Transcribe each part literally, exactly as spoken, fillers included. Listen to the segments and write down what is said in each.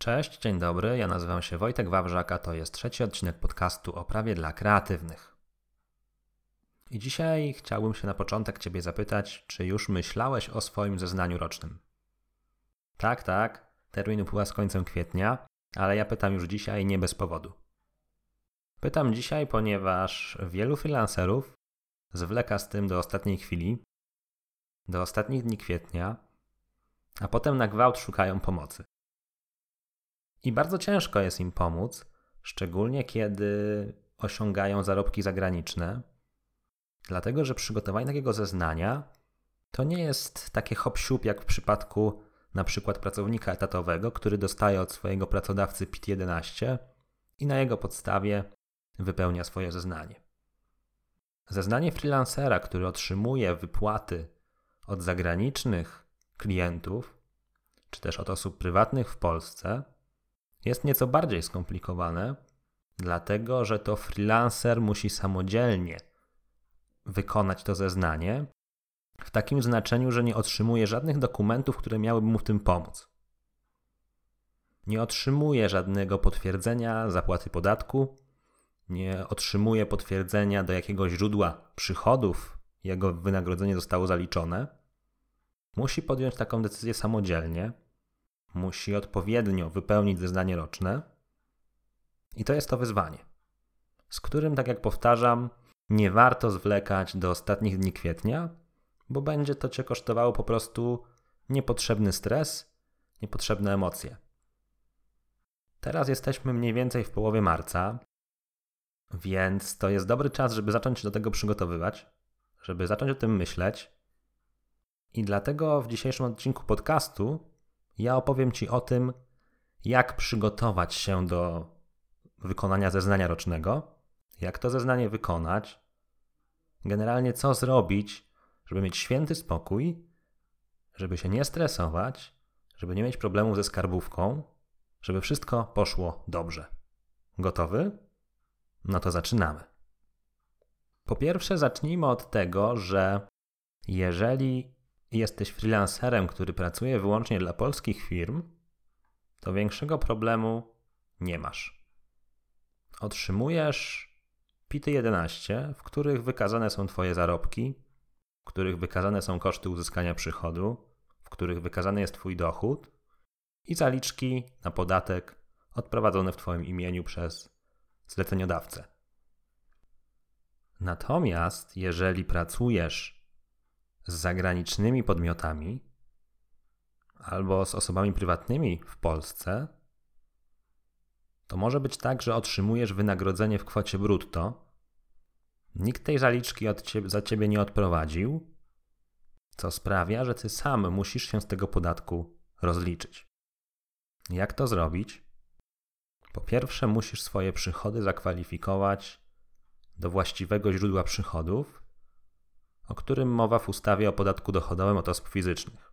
Cześć, dzień dobry, ja nazywam się Wojtek Wawrzak, a to jest trzeci odcinek podcastu o prawie dla kreatywnych. I dzisiaj chciałbym się na początek Ciebie zapytać, czy już myślałeś o swoim zeznaniu rocznym? Tak, tak, termin upływa z końcem kwietnia, ale ja pytam już dzisiaj nie bez powodu. Pytam dzisiaj, ponieważ wielu freelancerów zwleka z tym do ostatniej chwili, do ostatnich dni kwietnia, a potem na gwałt szukają pomocy. I bardzo ciężko jest im pomóc, szczególnie kiedy osiągają zarobki zagraniczne, dlatego że przygotowanie takiego zeznania to nie jest takie hop-siup jak w przypadku na przykład pracownika etatowego, który dostaje od swojego pracodawcy P I T jedenaście i na jego podstawie wypełnia swoje zeznanie. Zeznanie freelancera, który otrzymuje wypłaty od zagranicznych klientów, czy też od osób prywatnych w Polsce, jest nieco bardziej skomplikowane, dlatego że to freelancer musi samodzielnie wykonać to zeznanie w takim znaczeniu, że nie otrzymuje żadnych dokumentów, które miałyby mu w tym pomóc. Nie otrzymuje żadnego potwierdzenia zapłaty podatku, nie otrzymuje potwierdzenia, do jakiego źródła przychodów jego wynagrodzenie zostało zaliczone. Musi podjąć taką decyzję samodzielnie. Musi odpowiednio wypełnić zeznanie roczne i to jest to wyzwanie, z którym, tak jak powtarzam, nie warto zwlekać do ostatnich dni kwietnia, bo będzie to Cię kosztowało po prostu niepotrzebny stres, niepotrzebne emocje. Teraz jesteśmy mniej więcej w połowie marca, więc to jest dobry czas, żeby zacząć się do tego przygotowywać, żeby zacząć o tym myśleć i dlatego w dzisiejszym odcinku podcastu ja opowiem Ci o tym, jak przygotować się do wykonania zeznania rocznego, jak to zeznanie wykonać, generalnie co zrobić, żeby mieć święty spokój, żeby się nie stresować, żeby nie mieć problemów ze skarbówką, żeby wszystko poszło dobrze. Gotowy? No to zaczynamy. Po pierwsze, zacznijmy od tego, że jeżeli jesteś freelancerem, który pracuje wyłącznie dla polskich firm, to większego problemu nie masz. Otrzymujesz P I T jedenaście, w których wykazane są Twoje zarobki, w których wykazane są koszty uzyskania przychodu, w których wykazany jest Twój dochód i zaliczki na podatek odprowadzone w Twoim imieniu przez zleceniodawcę. Natomiast jeżeli pracujesz z zagranicznymi podmiotami albo z osobami prywatnymi w Polsce, to może być tak, że otrzymujesz wynagrodzenie w kwocie brutto. Nikt tej zaliczki od ciebie, za Ciebie nie odprowadził, co sprawia, że Ty sam musisz się z tego podatku rozliczyć. Jak to zrobić? Po pierwsze, musisz swoje przychody zakwalifikować do właściwego źródła przychodów, o którym mowa w ustawie o podatku dochodowym od osób fizycznych.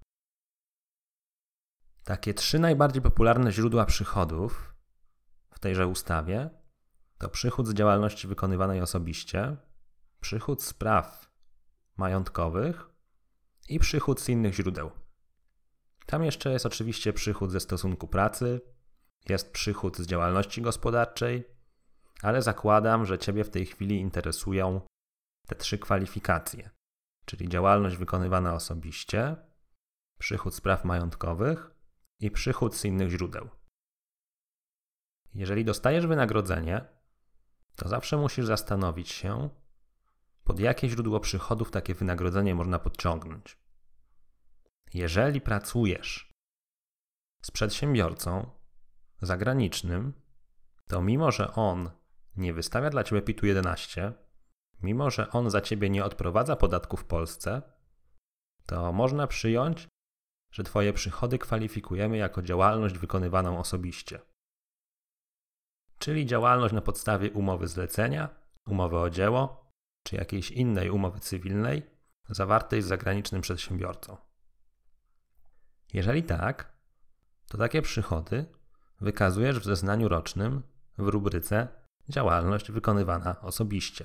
Takie trzy najbardziej popularne źródła przychodów w tejże ustawie to przychód z działalności wykonywanej osobiście, przychód z praw majątkowych i przychód z innych źródeł. Tam jeszcze jest oczywiście przychód ze stosunku pracy, jest przychód z działalności gospodarczej, ale zakładam, że Ciebie w tej chwili interesują te trzy kwalifikacje, czyli działalność wykonywana osobiście, przychód z praw majątkowych i przychód z innych źródeł. Jeżeli dostajesz wynagrodzenie, to zawsze musisz zastanowić się, pod jakie źródło przychodów takie wynagrodzenie można podciągnąć. Jeżeli pracujesz z przedsiębiorcą zagranicznym, to mimo, że on nie wystawia dla Ciebie P I T jedenaście, mimo, że on za Ciebie nie odprowadza podatku w Polsce, to można przyjąć, że Twoje przychody kwalifikujemy jako działalność wykonywaną osobiście. Czyli działalność na podstawie umowy zlecenia, umowy o dzieło, czy jakiejś innej umowy cywilnej zawartej z zagranicznym przedsiębiorcą. Jeżeli tak, to takie przychody wykazujesz w zeznaniu rocznym w rubryce działalność wykonywana osobiście.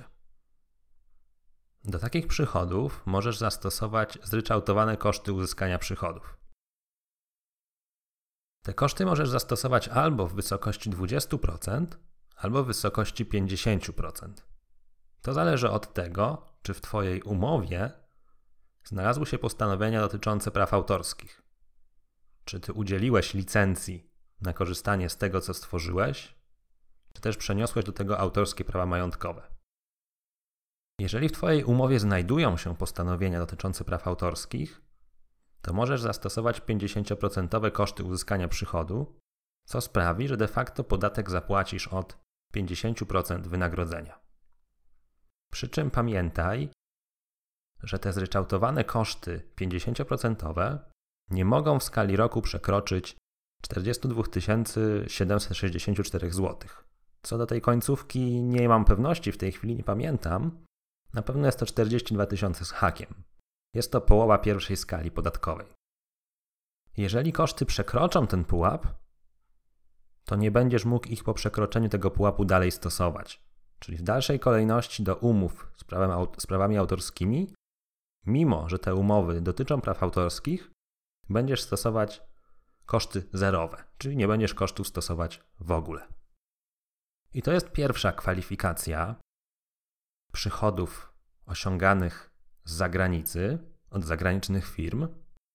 Do takich przychodów możesz zastosować zryczałtowane koszty uzyskania przychodów. Te koszty możesz zastosować albo w wysokości dwadzieścia procent, albo w wysokości pięćdziesiąt procent. To zależy od tego, czy w Twojej umowie znalazły się postanowienia dotyczące praw autorskich. Czy Ty udzieliłeś licencji na korzystanie z tego, co stworzyłeś, czy też przeniosłeś do tego autorskie prawa majątkowe. Jeżeli w Twojej umowie znajdują się postanowienia dotyczące praw autorskich, to możesz zastosować pięćdziesięcioprocentowe koszty uzyskania przychodu, co sprawi, że de facto podatek zapłacisz od pięćdziesiąt procent wynagrodzenia. Przy czym pamiętaj, że te zryczałtowane koszty pięćdziesięcioprocentowe nie mogą w skali roku przekroczyć czterdzieści dwa tysiące siedemset sześćdziesiąt cztery złotych. Co do tej końcówki nie mam pewności, w tej chwili nie pamiętam. Na pewno jest to czterdzieści dwa tysiące z hakiem. Jest to połowa pierwszej skali podatkowej. Jeżeli koszty przekroczą ten pułap, to nie będziesz mógł ich po przekroczeniu tego pułapu dalej stosować. Czyli w dalszej kolejności do umów z, prawem, z prawami autorskimi, mimo że te umowy dotyczą praw autorskich, będziesz stosować koszty zerowe, czyli nie będziesz kosztów stosować w ogóle. I to jest pierwsza kwalifikacja przychodów osiąganych z zagranicy, od zagranicznych firm,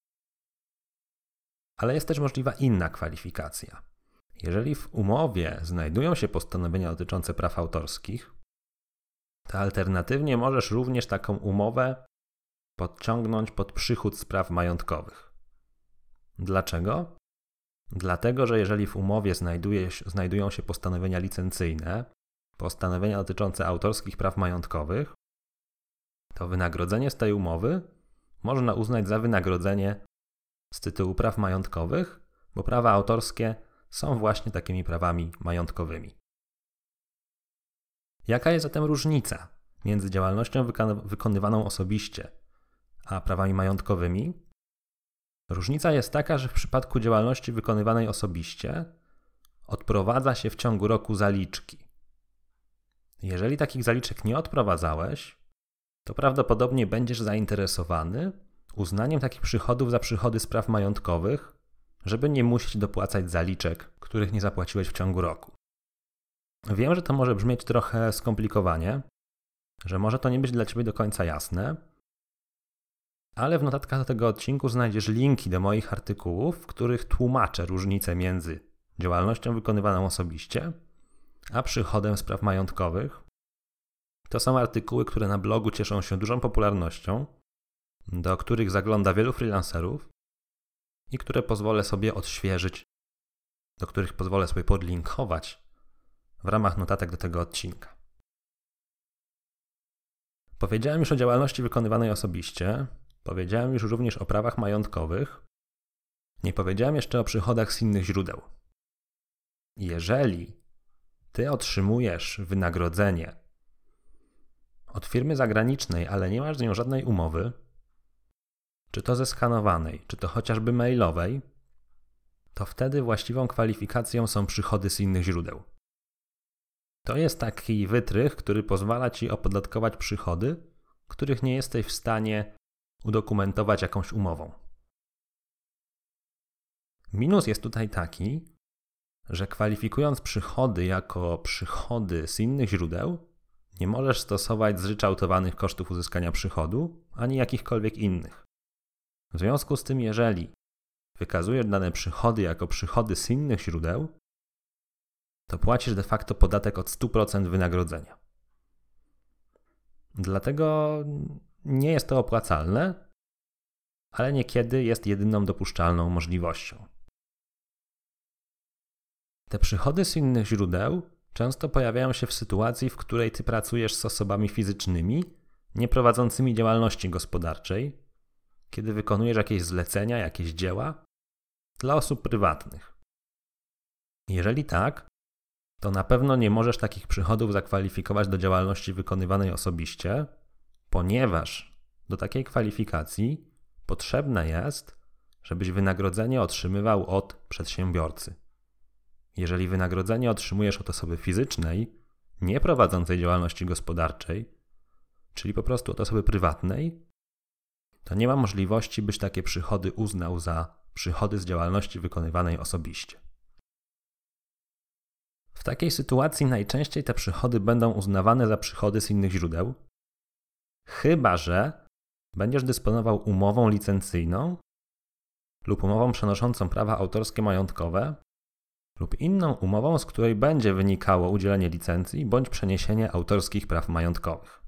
ale jest też możliwa inna kwalifikacja. Jeżeli w umowie znajdują się postanowienia dotyczące praw autorskich, to alternatywnie możesz również taką umowę podciągnąć pod przychód z praw majątkowych. Dlaczego? Dlatego, że jeżeli w umowie znajduje, znajdują się postanowienia licencyjne, postanowienia dotyczące autorskich praw majątkowych, to wynagrodzenie z tej umowy można uznać za wynagrodzenie z tytułu praw majątkowych, bo prawa autorskie są właśnie takimi prawami majątkowymi. Jaka jest zatem różnica między działalnością wyka- wykonywaną osobiście a prawami majątkowymi? Różnica jest taka, że w przypadku działalności wykonywanej osobiście odprowadza się w ciągu roku zaliczki. Jeżeli takich zaliczek nie odprowadzałeś, to prawdopodobnie będziesz zainteresowany uznaniem takich przychodów za przychody z praw majątkowych, żeby nie musieć dopłacać zaliczek, których nie zapłaciłeś w ciągu roku. Wiem, że to może brzmieć trochę skomplikowanie, że może to nie być dla Ciebie do końca jasne, ale w notatkach do tego odcinku znajdziesz linki do moich artykułów, w których tłumaczę różnicę między działalnością wykonywaną osobiście a przychodem z praw majątkowych. To są artykuły, które na blogu cieszą się dużą popularnością, do których zagląda wielu freelancerów i które pozwolę sobie odświeżyć, do których pozwolę sobie podlinkować w ramach notatek do tego odcinka. Powiedziałem już o działalności wykonywanej osobiście, powiedziałem już również o prawach majątkowych, nie powiedziałem jeszcze o przychodach z innych źródeł. Jeżeli Ty otrzymujesz wynagrodzenie od firmy zagranicznej, ale nie masz z nią żadnej umowy, czy to zeskanowanej, czy to chociażby mailowej, to wtedy właściwą kwalifikacją są przychody z innych źródeł. To jest taki wytrych, który pozwala Ci opodatkować przychody, których nie jesteś w stanie udokumentować jakąś umową. Minus jest tutaj taki, że kwalifikując przychody jako przychody z innych źródeł, nie możesz stosować zryczałtowanych kosztów uzyskania przychodu, ani jakichkolwiek innych. W związku z tym, jeżeli wykazujesz dane przychody jako przychody z innych źródeł, to płacisz de facto podatek od sto procent wynagrodzenia. Dlatego nie jest to opłacalne, ale niekiedy jest jedyną dopuszczalną możliwością. Te przychody z innych źródeł często pojawiają się w sytuacji, w której Ty pracujesz z osobami fizycznymi, nie prowadzącymi działalności gospodarczej, kiedy wykonujesz jakieś zlecenia, jakieś dzieła dla osób prywatnych. Jeżeli tak, to na pewno nie możesz takich przychodów zakwalifikować do działalności wykonywanej osobiście, ponieważ do takiej kwalifikacji potrzebne jest, żebyś wynagrodzenie otrzymywał od przedsiębiorcy. Jeżeli wynagrodzenie otrzymujesz od osoby fizycznej, nie prowadzącej działalności gospodarczej, czyli po prostu od osoby prywatnej, to nie ma możliwości, byś takie przychody uznał za przychody z działalności wykonywanej osobiście. W takiej sytuacji najczęściej te przychody będą uznawane za przychody z innych źródeł, chyba że będziesz dysponował umową licencyjną lub umową przenoszącą prawa autorskie majątkowe lub inną umową, z której będzie wynikało udzielenie licencji bądź przeniesienie autorskich praw majątkowych.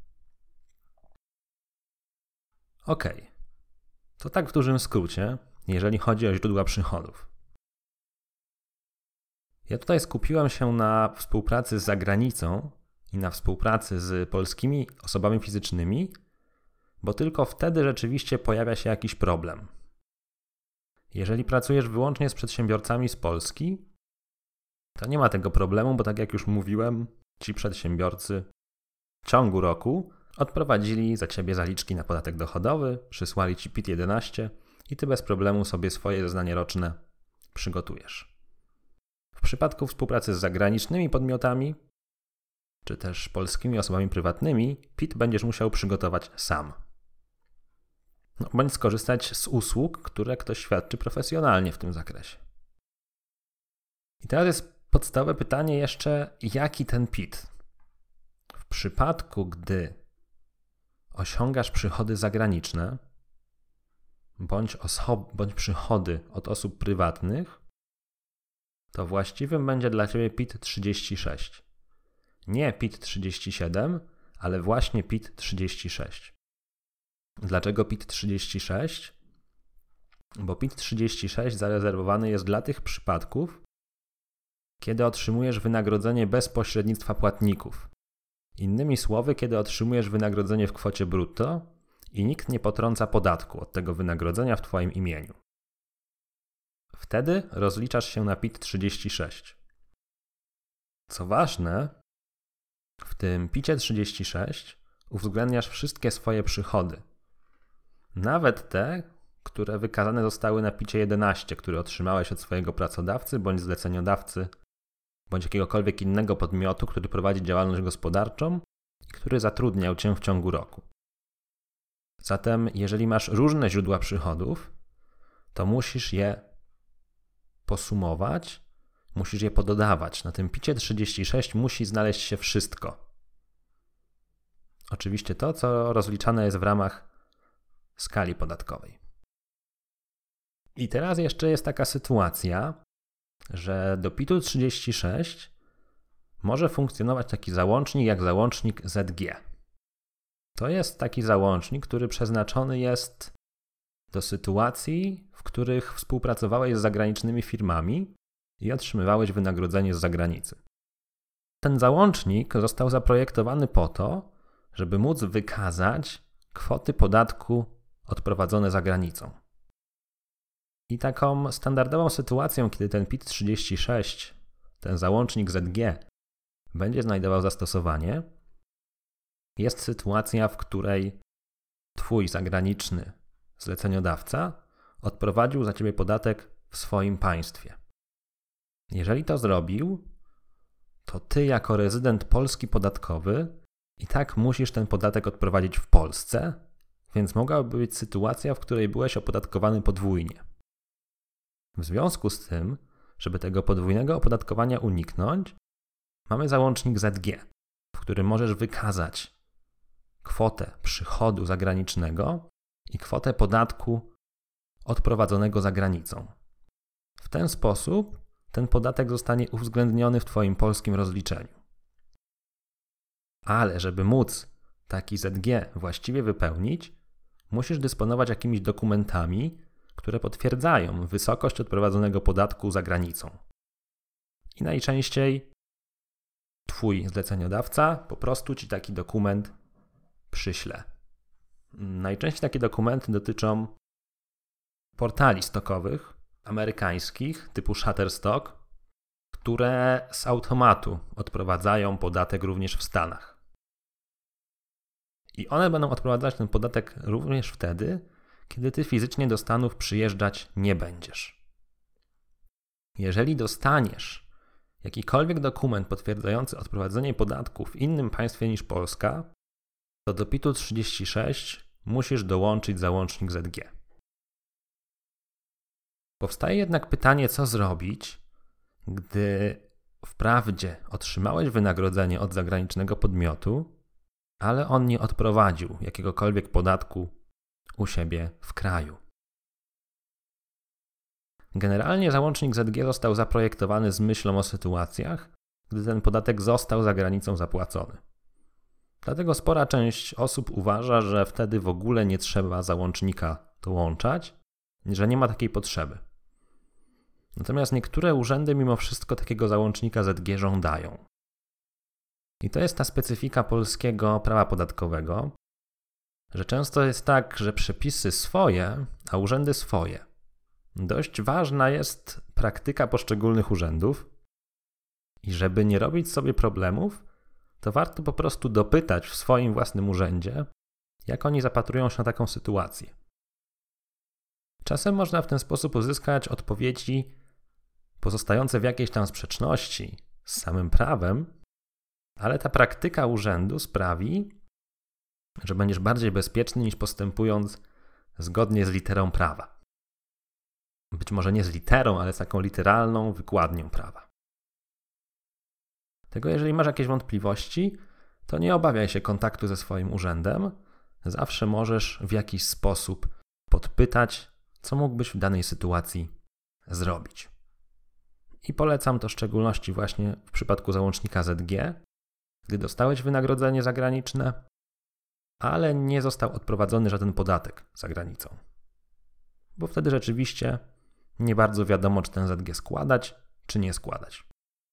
Ok, to tak w dużym skrócie, jeżeli chodzi o źródła przychodów. Ja tutaj skupiłem się na współpracy z zagranicą i na współpracy z polskimi osobami fizycznymi, bo tylko wtedy rzeczywiście pojawia się jakiś problem. Jeżeli pracujesz wyłącznie z przedsiębiorcami z Polski, to nie ma tego problemu, bo tak jak już mówiłem, ci przedsiębiorcy w ciągu roku odprowadzili za ciebie zaliczki na podatek dochodowy, przysłali ci P I T jedenaście i ty bez problemu sobie swoje zeznanie roczne przygotujesz. W przypadku współpracy z zagranicznymi podmiotami, czy też polskimi osobami prywatnymi, P I T będziesz musiał przygotować sam. No, bądź skorzystać z usług, które ktoś świadczy profesjonalnie w tym zakresie. I teraz jest podstawowe pytanie jeszcze, jaki ten P I T? W przypadku, gdy osiągasz przychody zagraniczne, bądź, oso- bądź przychody od osób prywatnych, to właściwym będzie dla ciebie P I T trzydzieści sześć. Nie P I T trzydzieści siedem, ale właśnie P I T trzydzieści sześć. Dlaczego P I T trzydzieści sześć? Bo P I T trzydzieści sześć zarezerwowany jest dla tych przypadków, kiedy otrzymujesz wynagrodzenie bez pośrednictwa płatników. Innymi słowy, kiedy otrzymujesz wynagrodzenie w kwocie brutto i nikt nie potrąca podatku od tego wynagrodzenia w twoim imieniu. Wtedy rozliczasz się na P I T trzydzieści sześć. Co ważne, w tym P I T trzydzieści sześć uwzględniasz wszystkie swoje przychody. Nawet te, które wykazane zostały na P I T jedenaście, które otrzymałeś od swojego pracodawcy bądź zleceniodawcy, bądź jakiegokolwiek innego podmiotu, który prowadzi działalność gospodarczą i który zatrudniał cię w ciągu roku. Zatem, jeżeli masz różne źródła przychodów, to musisz je posumować, musisz je pododawać. Na tym P I T trzydzieści sześć musi znaleźć się wszystko. Oczywiście to, co rozliczane jest w ramach skali podatkowej. I teraz jeszcze jest taka sytuacja, że do P I T trzydzieści sześć może funkcjonować taki załącznik jak załącznik Z G. To jest taki załącznik, który przeznaczony jest do sytuacji, w których współpracowałeś z zagranicznymi firmami i otrzymywałeś wynagrodzenie z zagranicy. Ten załącznik został zaprojektowany po to, żeby móc wykazać kwoty podatku odprowadzone za granicą. I taką standardową sytuacją, kiedy ten P I T trzydzieści sześć, ten załącznik Z G, będzie znajdował zastosowanie, jest sytuacja, w której twój zagraniczny zleceniodawca odprowadził za ciebie podatek w swoim państwie. Jeżeli to zrobił, to ty jako rezydent polski podatkowy i tak musisz ten podatek odprowadzić w Polsce, więc mogłaby być sytuacja, w której byłeś opodatkowany podwójnie. W związku z tym, żeby tego podwójnego opodatkowania uniknąć, mamy załącznik Z G, w którym możesz wykazać kwotę przychodu zagranicznego i kwotę podatku odprowadzonego za granicą. W ten sposób ten podatek zostanie uwzględniony w twoim polskim rozliczeniu. Ale żeby móc taki Z G właściwie wypełnić, musisz dysponować jakimiś dokumentami, które potwierdzają wysokość odprowadzonego podatku za granicą. I najczęściej twój zleceniodawca po prostu ci taki dokument przyśle. Najczęściej takie dokumenty dotyczą portali stokowych amerykańskich typu Shutterstock, które z automatu odprowadzają podatek również w Stanach. I one będą odprowadzać ten podatek również wtedy, kiedy ty fizycznie do Stanów przyjeżdżać nie będziesz. Jeżeli dostaniesz jakikolwiek dokument potwierdzający odprowadzenie podatku w innym państwie niż Polska, to do P I T trzydzieści sześć musisz dołączyć załącznik Z G. Powstaje jednak pytanie, co zrobić, gdy wprawdzie otrzymałeś wynagrodzenie od zagranicznego podmiotu, ale on nie odprowadził jakiegokolwiek podatku u siebie w kraju. Generalnie załącznik Z G został zaprojektowany z myślą o sytuacjach, gdy ten podatek został za granicą zapłacony. Dlatego spora część osób uważa, że wtedy w ogóle nie trzeba załącznika dołączać, że nie ma takiej potrzeby. Natomiast niektóre urzędy mimo wszystko takiego załącznika Z G żądają. I to jest ta specyfika polskiego prawa podatkowego, że często jest tak, że przepisy swoje, a urzędy swoje. Dość ważna jest praktyka poszczególnych urzędów i żeby nie robić sobie problemów, to warto po prostu dopytać w swoim własnym urzędzie, jak oni zapatrują się na taką sytuację. Czasem można w ten sposób uzyskać odpowiedzi pozostające w jakiejś tam sprzeczności z samym prawem, ale ta praktyka urzędu sprawi, że będziesz bardziej bezpieczny niż postępując zgodnie z literą prawa. Być może nie z literą, ale z taką literalną wykładnią prawa. Tego jeżeli masz jakieś wątpliwości, to nie obawiaj się kontaktu ze swoim urzędem. Zawsze możesz w jakiś sposób podpytać, co mógłbyś w danej sytuacji zrobić. I polecam to w szczególności właśnie w przypadku załącznika Z G, gdy dostałeś wynagrodzenie zagraniczne, ale nie został odprowadzony żaden podatek za granicą. Bo wtedy rzeczywiście nie bardzo wiadomo, czy ten Z G składać, czy nie składać.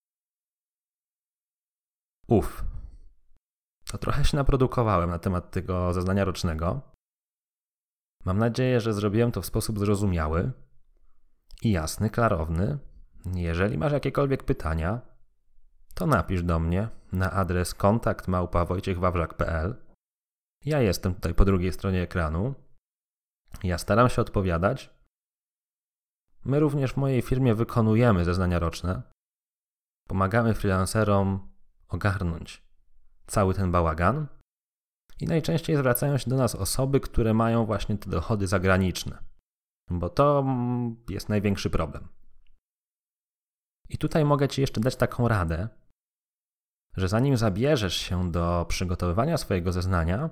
Uf, to trochę się naprodukowałem na temat tego zeznania rocznego. Mam nadzieję, że zrobiłem to w sposób zrozumiały i jasny, klarowny. Jeżeli masz jakiekolwiek pytania, to napisz do mnie na adres kontakt małpa wojciechwawrzak kropka p l. Ja jestem tutaj po drugiej stronie ekranu. Ja staram się odpowiadać. My również w mojej firmie wykonujemy zeznania roczne. Pomagamy freelancerom ogarnąć cały ten bałagan i najczęściej zwracają się do nas osoby, które mają właśnie te dochody zagraniczne, bo to jest największy problem. I tutaj mogę Ci jeszcze dać taką radę, że zanim zabierzesz się do przygotowywania swojego zeznania,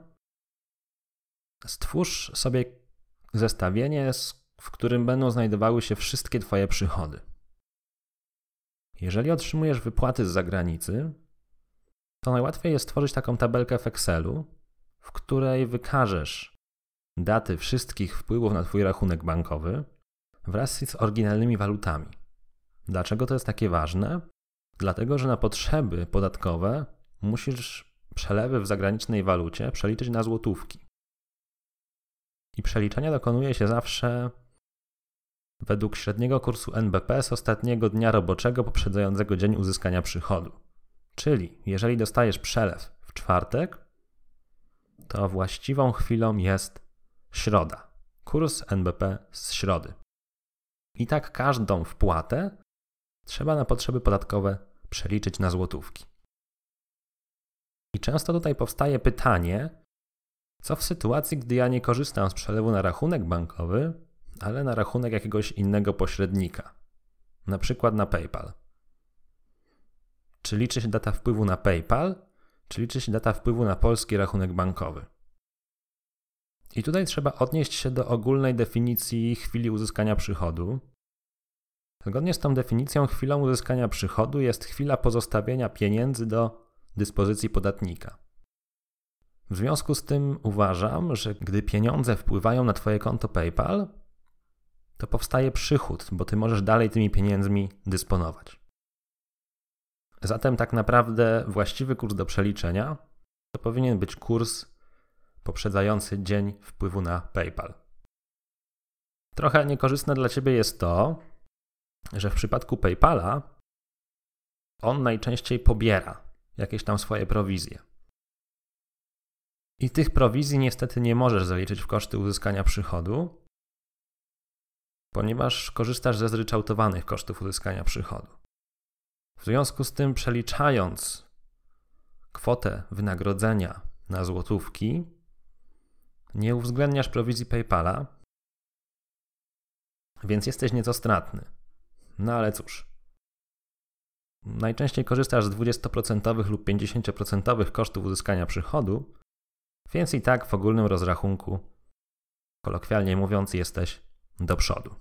stwórz sobie zestawienie, w którym będą znajdowały się wszystkie Twoje przychody. Jeżeli otrzymujesz wypłaty z zagranicy, to najłatwiej jest stworzyć taką tabelkę w Excelu, w której wykażesz daty wszystkich wpływów na Twój rachunek bankowy wraz z oryginalnymi walutami. Dlaczego to jest takie ważne? Dlatego, że na potrzeby podatkowe musisz przelewy w zagranicznej walucie przeliczyć na złotówki. I przeliczenia dokonuje się zawsze według średniego kursu N B P z ostatniego dnia roboczego poprzedzającego dzień uzyskania przychodu. Czyli jeżeli dostajesz przelew w czwartek, to właściwą chwilą jest środa. Kurs N B P z środy. I tak każdą wpłatę trzeba na potrzeby podatkowe przeliczyć na złotówki. I często tutaj powstaje pytanie, co w sytuacji, gdy ja nie korzystam z przelewu na rachunek bankowy, ale na rachunek jakiegoś innego pośrednika, na przykład na PayPal. Czy liczy się data wpływu na PayPal, czy liczy się data wpływu na polski rachunek bankowy? I tutaj trzeba odnieść się do ogólnej definicji chwili uzyskania przychodu. Zgodnie z tą definicją chwilą uzyskania przychodu jest chwila pozostawienia pieniędzy do dyspozycji podatnika. W związku z tym uważam, że gdy pieniądze wpływają na Twoje konto PayPal, to powstaje przychód, bo Ty możesz dalej tymi pieniędzmi dysponować. Zatem tak naprawdę właściwy kurs do przeliczenia to powinien być kurs poprzedzający dzień wpływu na PayPal. Trochę niekorzystne dla Ciebie jest to, że w przypadku PayPala on najczęściej pobiera jakieś tam swoje prowizje. I tych prowizji niestety nie możesz zaliczyć w koszty uzyskania przychodu, ponieważ korzystasz ze zryczałtowanych kosztów uzyskania przychodu. W związku z tym, przeliczając kwotę wynagrodzenia na złotówki, nie uwzględniasz prowizji PayPala, więc jesteś nieco stratny. No ale cóż. Najczęściej korzystasz z dwudziestoprocentowych lub pięćdziesięcioprocentowych kosztów uzyskania przychodu, więc i tak w ogólnym rozrachunku, kolokwialnie mówiąc, jesteś do przodu.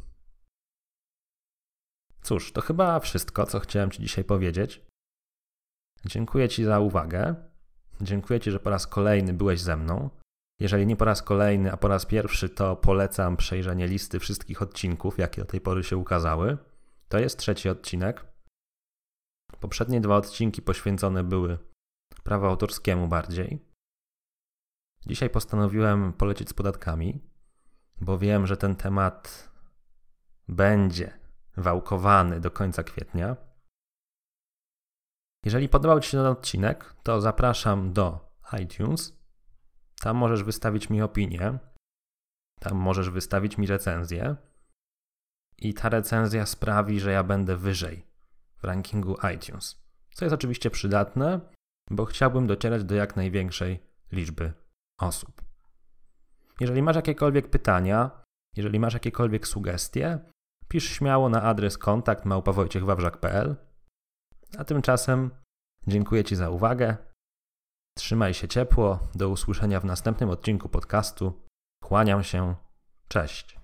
Cóż, to chyba wszystko, co chciałem Ci dzisiaj powiedzieć. Dziękuję Ci za uwagę. Dziękuję Ci, że po raz kolejny byłeś ze mną. Jeżeli nie po raz kolejny, a po raz pierwszy, to polecam przejrzenie listy wszystkich odcinków, jakie do tej pory się ukazały. To jest trzeci odcinek. Poprzednie dwa odcinki poświęcone były prawu autorskiemu bardziej. Dzisiaj postanowiłem polecieć z podatkami, bo wiem, że ten temat będzie wałkowany do końca kwietnia. Jeżeli podobał Ci się ten odcinek, to zapraszam do iTunes. Tam możesz wystawić mi opinię, tam możesz wystawić mi recenzję i ta recenzja sprawi, że ja będę wyżej w rankingu iTunes. Co jest oczywiście przydatne, bo chciałbym docierać do jak największej liczby osób. Jeżeli masz jakiekolwiek pytania, jeżeli masz jakiekolwiek sugestie, pisz śmiało na adres kontakt małpa wojciech wawrzak kropka p l. A tymczasem dziękuję Ci za uwagę. Trzymaj się ciepło. Do usłyszenia w następnym odcinku podcastu. Kłaniam się. Cześć.